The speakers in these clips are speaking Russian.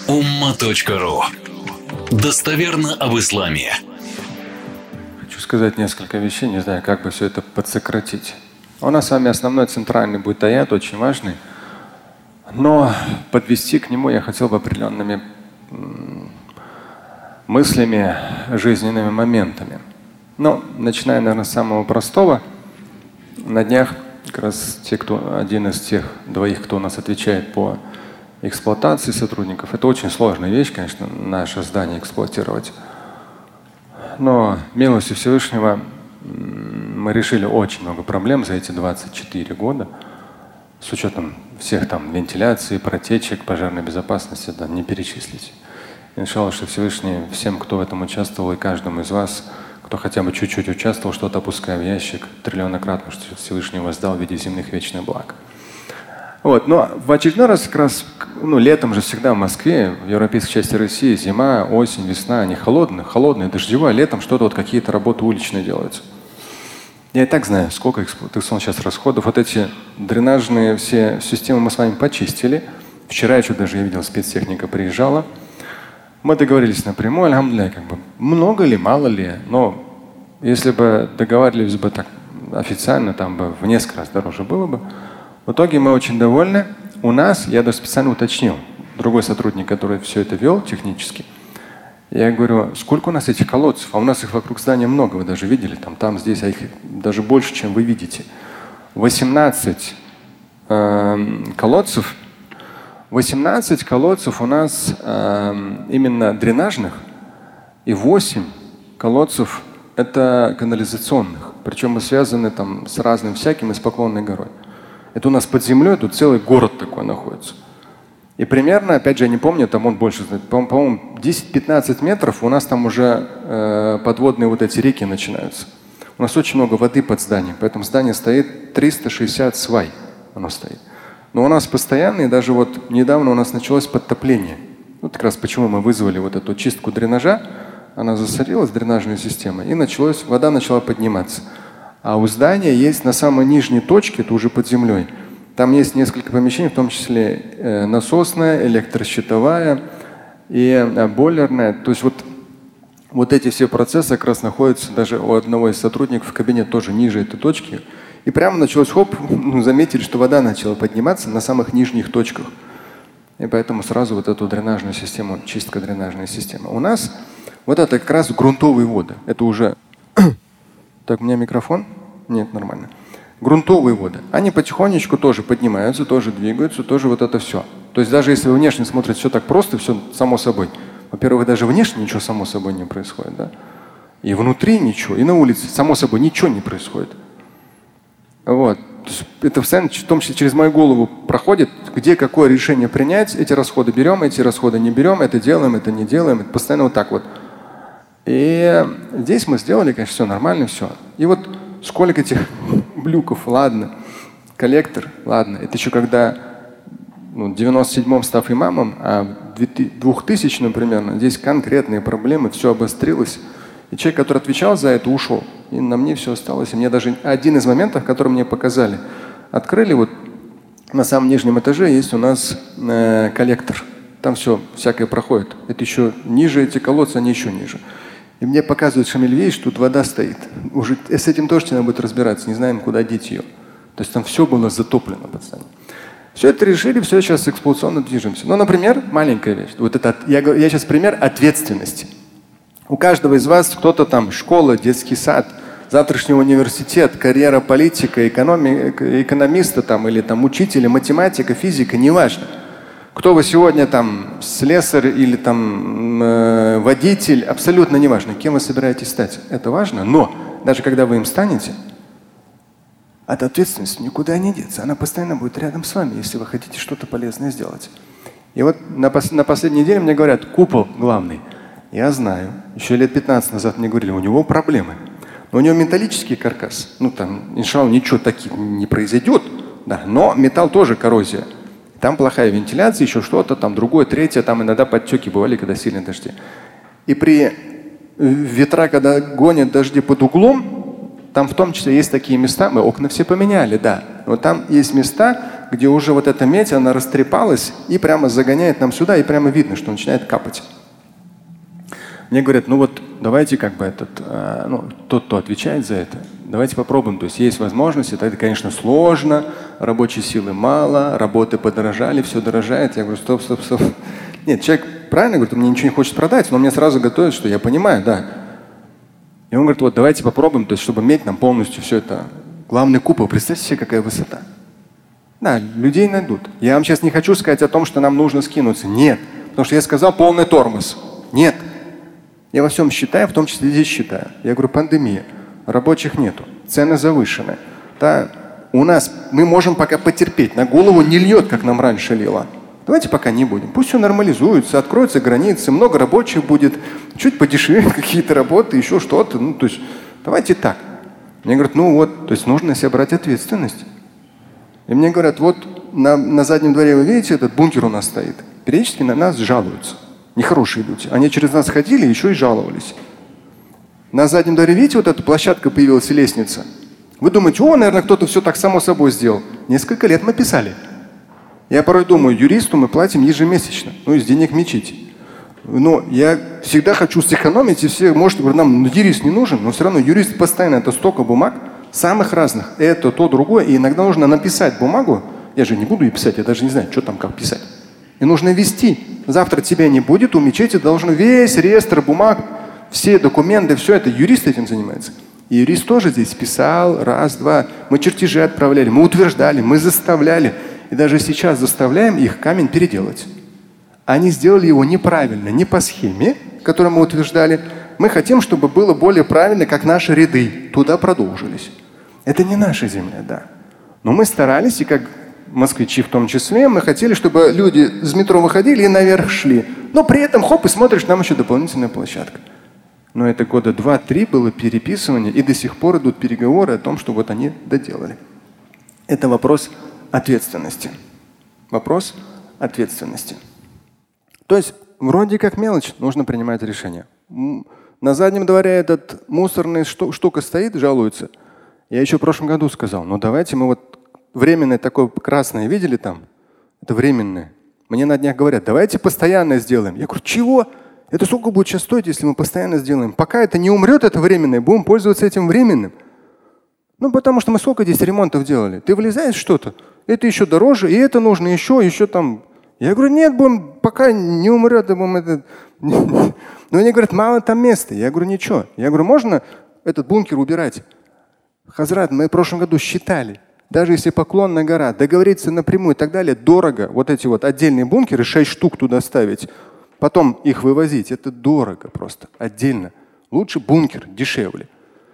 umma.ru. Достоверно об исламе. Хочу сказать несколько вещей, не знаю, как бы все это подсократить. У нас с вами основной центральный будет аят, очень важный. Но подвести к нему я хотел бы определенными мыслями, жизненными моментами. Но начиная, наверное, с самого простого. На днях как раз один из тех двоих, кто у нас отвечает по эксплуатации сотрудников. Это очень сложная вещь, конечно, наше здание эксплуатировать. Но милостью Всевышнего мы решили очень много проблем за эти 24 года. С учетом всех там вентиляций, протечек, пожарной безопасности, да, не перечислить. Иншалла, что Всевышний всем, кто в этом участвовал, и каждому из вас, кто хотя бы чуть-чуть участвовал, что-то опуская в ящик, триллионократно, что Всевышний воздал в виде земных вечных благ. Вот. Но в очередной раз как раз, летом же всегда в Москве, в европейской части России, зима, осень, весна, они холодные, дождевые, а летом что-то какие-то работы уличные делаются. Я и так знаю, сколько эксплуатационных сейчас расходов. Вот эти дренажные все системы мы с вами почистили. Вчера еще даже я видел, спецтехника приезжала. Мы договорились напрямую, альхамдулилля, много ли, мало ли. Но если бы договаривались бы так официально, там бы в несколько раз дороже было бы. В итоге мы очень довольны. У нас, я даже специально уточнил, другой сотрудник, который все это вел технически, я говорю, сколько у нас этих колодцев? А у нас их вокруг здания много, вы даже видели, там, здесь, а их даже больше, чем вы видите. 18 колодцев. 18 колодцев у нас именно дренажных, и 8 колодцев это канализационных. Причем мы связаны там с разным всяким и с Поклонной горой. Это у нас под землей, тут целый город такой находится. И примерно, опять же, я не помню, там он больше, по-моему, 10-15 метров у нас там уже подводные вот эти реки начинаются. У нас очень много воды под зданием, поэтому здание стоит 360 свай. Оно стоит. Но у нас постоянно, и даже вот недавно у нас началось подтопление. Вот как раз почему мы вызвали вот эту чистку дренажа, она засорилась, дренажная система, и вода начала подниматься. А у здания есть на самой нижней точке, это уже под землей, там есть несколько помещений, в том числе насосная, электрощитовая и бойлерная. То есть вот эти все процессы как раз находятся даже у одного из сотрудников в кабинете тоже ниже этой точки. И прямо началось, заметили, что вода начала подниматься на самых нижних точках. И поэтому сразу вот эту дренажную систему, чистка дренажной системы. У нас вот это как раз грунтовые воды. Это уже… Так, у меня микрофон? Нет, нормально. Грунтовые воды. Они потихонечку тоже поднимаются, тоже двигаются, тоже вот это все. То есть даже если вы внешне смотрите, все так просто, все само собой. Во-первых, даже внешне ничего само собой не происходит. Да? И внутри ничего, и на улице само собой ничего не происходит. Вот. Это постоянно, в том числе через мою голову проходит, где какое решение принять. Эти расходы берем, эти расходы не берем, это делаем, это не делаем. Это постоянно вот так вот. И здесь мы сделали, конечно, все нормально, все. И вот сколько этих блюков, ладно, коллектор, ладно. Это еще когда в 97-м став имамом, а в 2000-м примерно, здесь конкретные проблемы, все обострилось. И человек, который отвечал за это, ушел. И на мне все осталось. И мне даже один из моментов, который мне показали, открыли, вот на самом нижнем этаже есть у нас коллектор. Там все всякое проходит. Это еще ниже, эти колодцы, они еще ниже. И мне показывает Шамиль, что тут вода стоит. Уже с этим тоже надо будет разбираться, не знаем, куда деть ее. То есть там все было затоплено под зданием. Все это решили, все сейчас эксплуатационно движемся. Ну, например, маленькая вещь. Вот это, я сейчас пример ответственности. У каждого из вас кто-то там школа, детский сад, завтрашний университет, карьера политика, экономиста там, или там учителя, математика, физика, неважно. Кто вы сегодня там, слесарь или там водитель, абсолютно неважно, кем вы собираетесь стать. Это важно, но даже когда вы им станете, от ответственности никуда не деться. Она постоянно будет рядом с вами, если вы хотите что-то полезное сделать. И вот на последней неделе мне говорят, купол главный. Я знаю, еще лет 15 назад мне говорили, у него проблемы. Но у него металлический каркас. Там, иншалла, ничего таких не произойдет, да, но металл тоже коррозия. Там плохая вентиляция, еще что-то, там другое, третье, там иногда подтеки бывали, когда сильные дожди. И при ветра, когда гонят дожди под углом, Там в том числе есть такие места, мы окна все поменяли, да. Но там есть места, где уже вот эта медь, она растрепалась и прямо загоняет нам сюда, и прямо видно, что начинает капать. Мне говорят, ну вот давайте как бы тот, кто отвечает за это, давайте попробуем. То есть есть возможность, это, конечно, сложно, рабочей силы мало, работы подорожали, все дорожает. Я говорю, стоп. Нет, человек правильно говорит, он мне ничего не хочет продать, но мне сразу готовит, что я понимаю, да. И он говорит, вот давайте попробуем, то есть, чтобы медь нам полностью все это. Главный купол, представьте себе, какая высота. Да, людей найдут. Я вам сейчас не хочу сказать о том, что нам нужно скинуться. Нет. Потому что я сказал полный тормоз. Нет. Я во всем считаю, в том числе здесь считаю. Я говорю, пандемия. Рабочих нету. Цены завышены. Да, у нас мы можем пока потерпеть. На голову не льет, как нам раньше лило. Давайте пока не будем. Пусть все нормализуется, откроются границы, много рабочих будет, чуть подешевле какие-то работы, еще что-то. Ну, то есть давайте так. Мне говорят, ну вот, то есть нужно на себя брать ответственность. И мне говорят, вот на заднем дворе вы видите, этот бункер у нас стоит. Периодически на нас жалуются. Нехорошие люди. Они через нас ходили, еще и жаловались. На заднем дворе, видите, вот эта площадка появилась и лестница. Вы думаете, наверное, кто-то все так само собой сделал. Несколько лет мы писали. Я порой думаю, юристу мы платим ежемесячно, из денег мечети. Но я всегда хочу сэкономить, и все, может, нам юрист не нужен, но все равно юрист постоянно, это столько бумаг, самых разных, это, то, другое, и иногда нужно написать бумагу, я же не буду ее писать, я даже не знаю, что там, как писать. И нужно вести. Завтра тебя не будет, у мечети должен весь реестр бумаг, все документы, все это, юрист этим занимается. И юрист тоже здесь писал, раз, два, мы чертежи отправляли, мы утверждали, мы заставляли. И даже сейчас заставляем их камень переделать. Они сделали его неправильно, не по схеме, которую мы утверждали. Мы хотим, чтобы было более правильно, как наши ряды. Туда продолжились. Это не наша земля, да. Но мы старались, и как москвичи в том числе, мы хотели, чтобы люди с метро выходили и наверх шли. Но при этом, хоп, и смотришь, там еще дополнительная площадка. Но это года 2-3 было переписывание, и до сих пор идут переговоры о том, что вот они доделали. Это вопрос ответственности. Вопрос ответственности. То есть вроде как мелочь, нужно принимать решение. На заднем дворе этот мусорная штука стоит, жалуется. Я еще в прошлом году сказал, давайте мы вот временное такое красное видели там? Это временное. Мне на днях говорят, давайте постоянно сделаем. Я говорю, чего? Это сколько будет сейчас стоить, если мы постоянно сделаем? Пока это не умрет, это временное, будем пользоваться этим временным. Потому что мы сколько здесь ремонтов делали. Ты влезаешь в что-то, это еще дороже, и это нужно еще там. Я говорю, нет, будем, пока не умрет, будем это. Но они говорят, мало там места. Я говорю, ничего. Я говорю, можно этот бункер убирать? Хазрат, мы в прошлом году считали. Даже если Поклонная гора, договориться напрямую и так далее, дорого. Вот эти вот отдельные бункеры, 6 штук туда ставить, потом их вывозить, это дорого просто, отдельно. Лучше бункер, дешевле.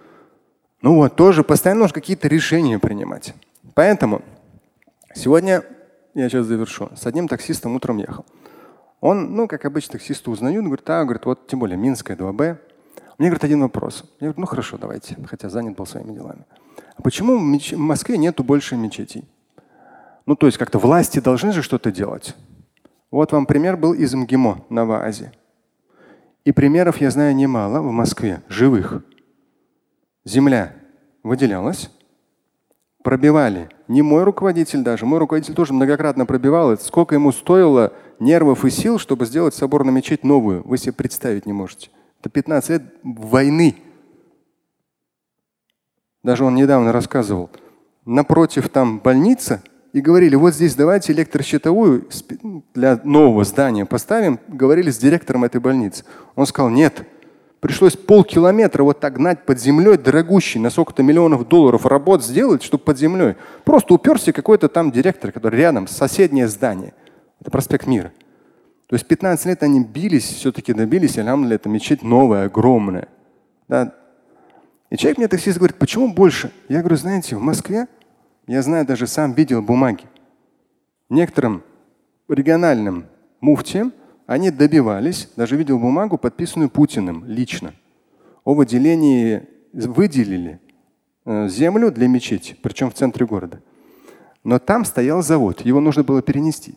Тоже постоянно нужно какие-то решения принимать. Поэтому сегодня, я сейчас завершу, с одним таксистом утром ехал. Он, как обычно, таксисты узнают, говорит, вот тем более Минская 2Б. Мне, говорит, один вопрос. Я говорю, хорошо, давайте, хотя занят был своими делами. А почему в Москве нету больше мечетей? То есть как-то власти должны же что-то делать. Вот вам пример был из МГИМО на ВААЗе. И примеров я знаю немало в Москве, живых. Земля выделялась, пробивали. Не мой руководитель даже. Мой руководитель тоже многократно пробивал. Сколько ему стоило нервов и сил, чтобы сделать соборную мечеть новую, вы себе представить не можете. Это 15 лет войны. Даже он недавно рассказывал. Напротив там больница, и говорили, вот здесь давайте электрощитовую для нового здания поставим. Говорили с директором этой больницы. Он сказал, нет. Пришлось полкилометра вот так гнать под землей, дорогущий, на сколько-то миллионов долларов работ сделать, чтобы под землей. Просто уперся какой-то там директор, который рядом, соседнее здание. Это проспект Мира. То есть 15 лет они бились, все-таки добились, альхамдулилля, это мечеть новая, огромная. Да. И человек мне таксист говорит, почему больше? Я говорю, знаете, в Москве, я знаю, даже сам видел бумаги. Некоторым региональным муфтиям они добивались, даже видел бумагу, подписанную Путиным лично, о выделении, выделили землю для мечети, причем в центре города. Но там стоял завод, его нужно было перенести.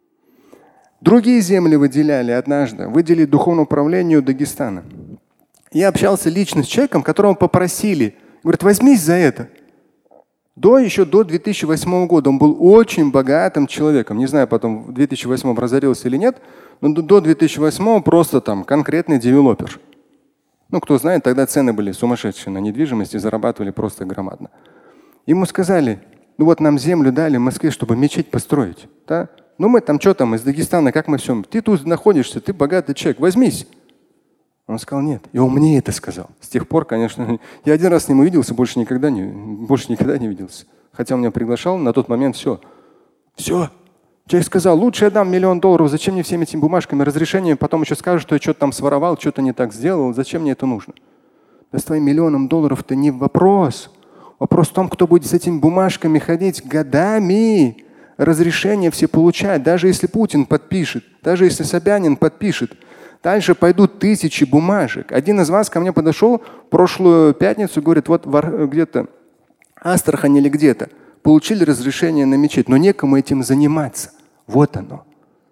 Другие земли выделяли однажды, выделили Духовному управлению Дагестана. Я общался лично с человеком, которого попросили. Говорит, возьмись за это. Еще до 2008 года он был очень богатым человеком. Не знаю, потом в 2008 разорился или нет, но до 2008 просто там конкретный девелопер. Кто знает, тогда цены были сумасшедшие на недвижимость и зарабатывали просто громадно. Ему сказали, нам землю дали в Москве, чтобы мечеть построить. Да? Мы там что там, из Дагестана, как мы все? Ты тут находишься, ты богатый человек, возьмись. Он сказал нет. И он мне это сказал. С тех пор, конечно, я один раз с ним увиделся, больше никогда не виделся. Хотя он меня приглашал, на тот момент все. Человек сказал, лучше я дам $1 миллион, зачем мне всеми этими бумажками, разрешением, потом еще скажут, что я что-то там своровал, что-то не так сделал, зачем мне это нужно? Да с твоим $1 миллионом это не вопрос. Вопрос в том, кто будет с этими бумажками ходить годами, разрешения все получать, даже если Путин подпишет, даже если Собянин подпишет. Дальше пойдут тысячи бумажек. Один из вас ко мне подошел в прошлую пятницу, говорит, вот где-то Астрахань или где-то получили разрешение на мечеть, но некому этим заниматься. Вот оно.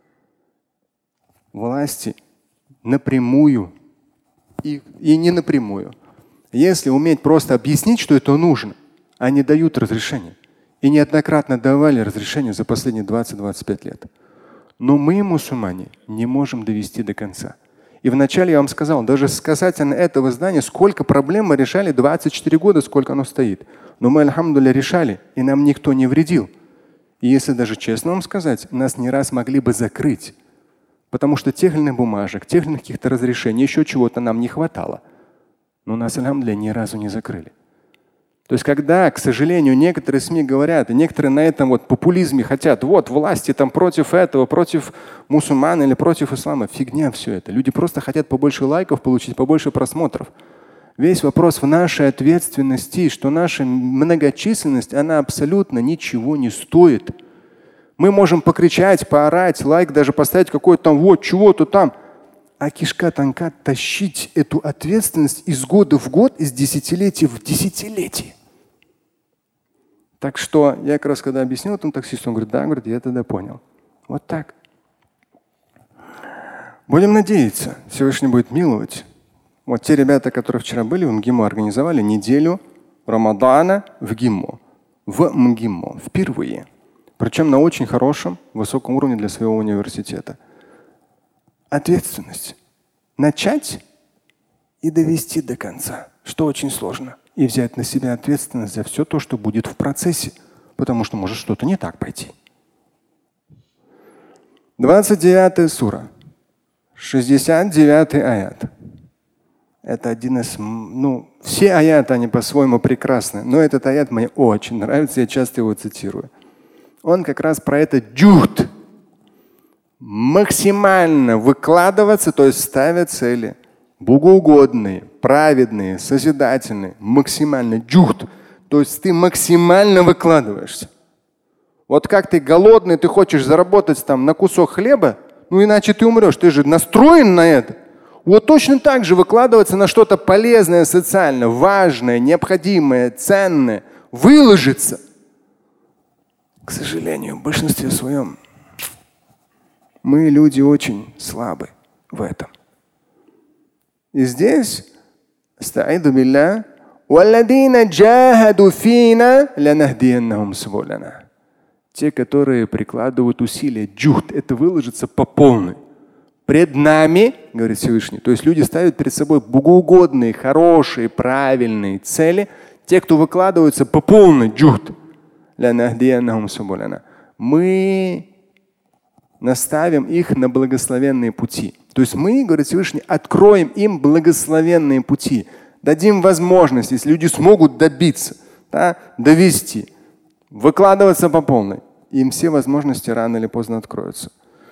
Власти напрямую и не напрямую. Если уметь просто объяснить, что это нужно, они дают разрешение. И неоднократно давали разрешение за последние 20-25 лет. Но мы, мусульмане, не можем довести до конца. И вначале я вам сказал, даже касательно этого здания, сколько проблем мы решали 24 года, сколько оно стоит. Но мы, альхамдулилля, решали, и нам никто не вредил. И если даже честно вам сказать, нас не раз могли бы закрыть. Потому что тех или иных бумажек, тех или иных каких-то разрешений, еще чего-то нам не хватало. Но нас, альхамдулилля, ни разу не закрыли. То есть, когда, к сожалению, некоторые СМИ говорят, и некоторые на этом популизме хотят, власти там против этого, против мусульман или против ислама, фигня все это. Люди просто хотят побольше лайков получить, побольше просмотров. Весь вопрос в нашей ответственности, что наша многочисленность, она абсолютно ничего не стоит. Мы можем покричать, поорать, лайк даже поставить какой-то там, чего-то там. А кишка тонка тащить эту ответственность из года в год, из десятилетия в десятилетие. Так что я как раз когда объяснил этому таксисту, он говорит, да, говорит, я тогда понял. Вот так. Будем надеяться, Всевышний будет миловать. Вот те ребята, которые вчера были в МГИМО, организовали неделю Рамадана в ГИМО. В МГИМО. Впервые. Причем на очень хорошем, высоком уровне для своего университета. Ответственность. Начать и довести до конца, что очень сложно. И взять на себя ответственность за все то, что будет в процессе, потому что может что-то не так пойти. 29-я сура, 69-й аят. Это один из… все аяты, они по-своему прекрасны, но этот аят мне очень нравится, я часто его цитирую. Он как раз про это джухд. Максимально выкладываться, то есть ставят цели. Богоугодные, праведные, созидательные, максимально джухд. То есть ты максимально выкладываешься. Вот как ты голодный, ты хочешь заработать там на кусок хлеба, иначе ты умрешь. Ты же настроен на это. Вот точно так же выкладываться на что-то полезное, социально важное, необходимое, ценное, выложиться. К сожалению, в большинстве своем мы люди очень слабы в этом. И здесь те, которые прикладывают усилия, джухд, это выложится по полной. Пред нами, говорит Всевышний, то есть люди ставят перед собой богоугодные, хорошие, правильные цели. Те, кто выкладываются по полной джухд, мы наставим их на благословенные пути. То есть мы, говорит Всевышний, откроем им благословенные пути. Дадим возможность, если люди смогут добиться, довести, выкладываться по полной. Им все возможности рано или поздно откроются.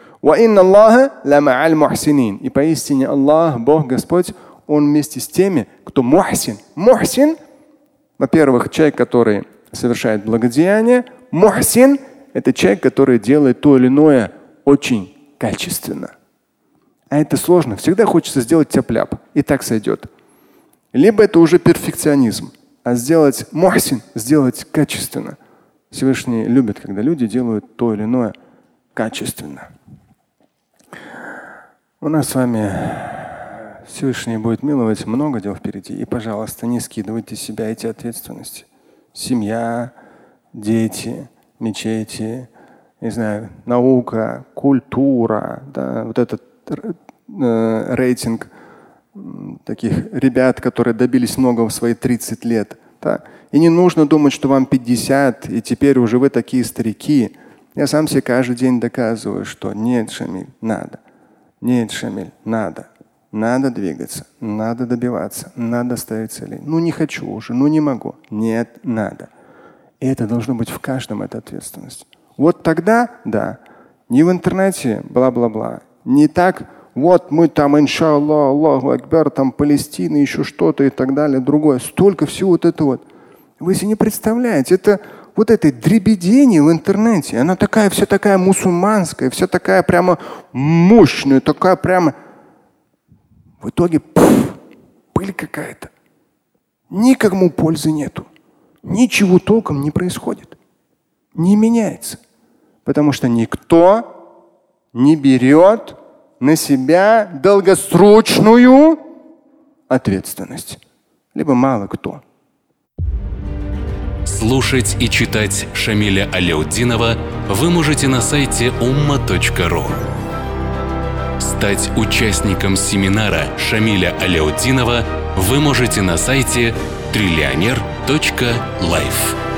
И поистине Аллах, Бог, Господь, Он вместе с теми, кто мухсин. Мухсин, во-первых, человек, который совершает благодеяние. Мухсин – это человек, который делает то или иное очень качественно. А это сложно. Всегда хочется сделать тяп-ляп. И так сойдет. Либо это уже перфекционизм. А сделать мухсин, сделать качественно. Всевышний любит, когда люди делают то или иное качественно. У нас с вами Всевышний будет миловать, много дел впереди. И, пожалуйста, не скидывайте с себя эти ответственности. Семья, дети, мечети, не знаю, наука, культура, да, вот этот рейтинг таких ребят, которые добились многого в свои 30 лет. Да. И не нужно думать, что вам 50, и теперь уже вы такие старики. Я сам себе каждый день доказываю, что нет, Шамиль, надо. Нет, Шамиль, надо. Надо двигаться, надо добиваться, надо ставить цели. Ну не хочу уже, ну не могу. Нет, надо. И это должно быть в каждом, эта ответственность. Вот тогда, да, не в интернете, бла-бла-бла. Не так, вот мы там, иншаллах, Аллаху Акбар, там Палестина, еще что-то и так далее, другое. Столько всего вот это вот. Вы себе не представляете, это вот это дребедение в интернете, она такая, вся такая мусульманская, вся такая прямо мощная, такая прямо… В итоге пыль какая-то. Никому пользы нету. Ничего толком не происходит. Не меняется. Потому что никто не берет на себя долгосрочную ответственность. Либо мало кто. Слушать и читать Шамиля Аляутдинова вы можете на сайте umma.ru. Стать участником семинара Шамиля Аляутдинова вы можете на сайте trillioner.life.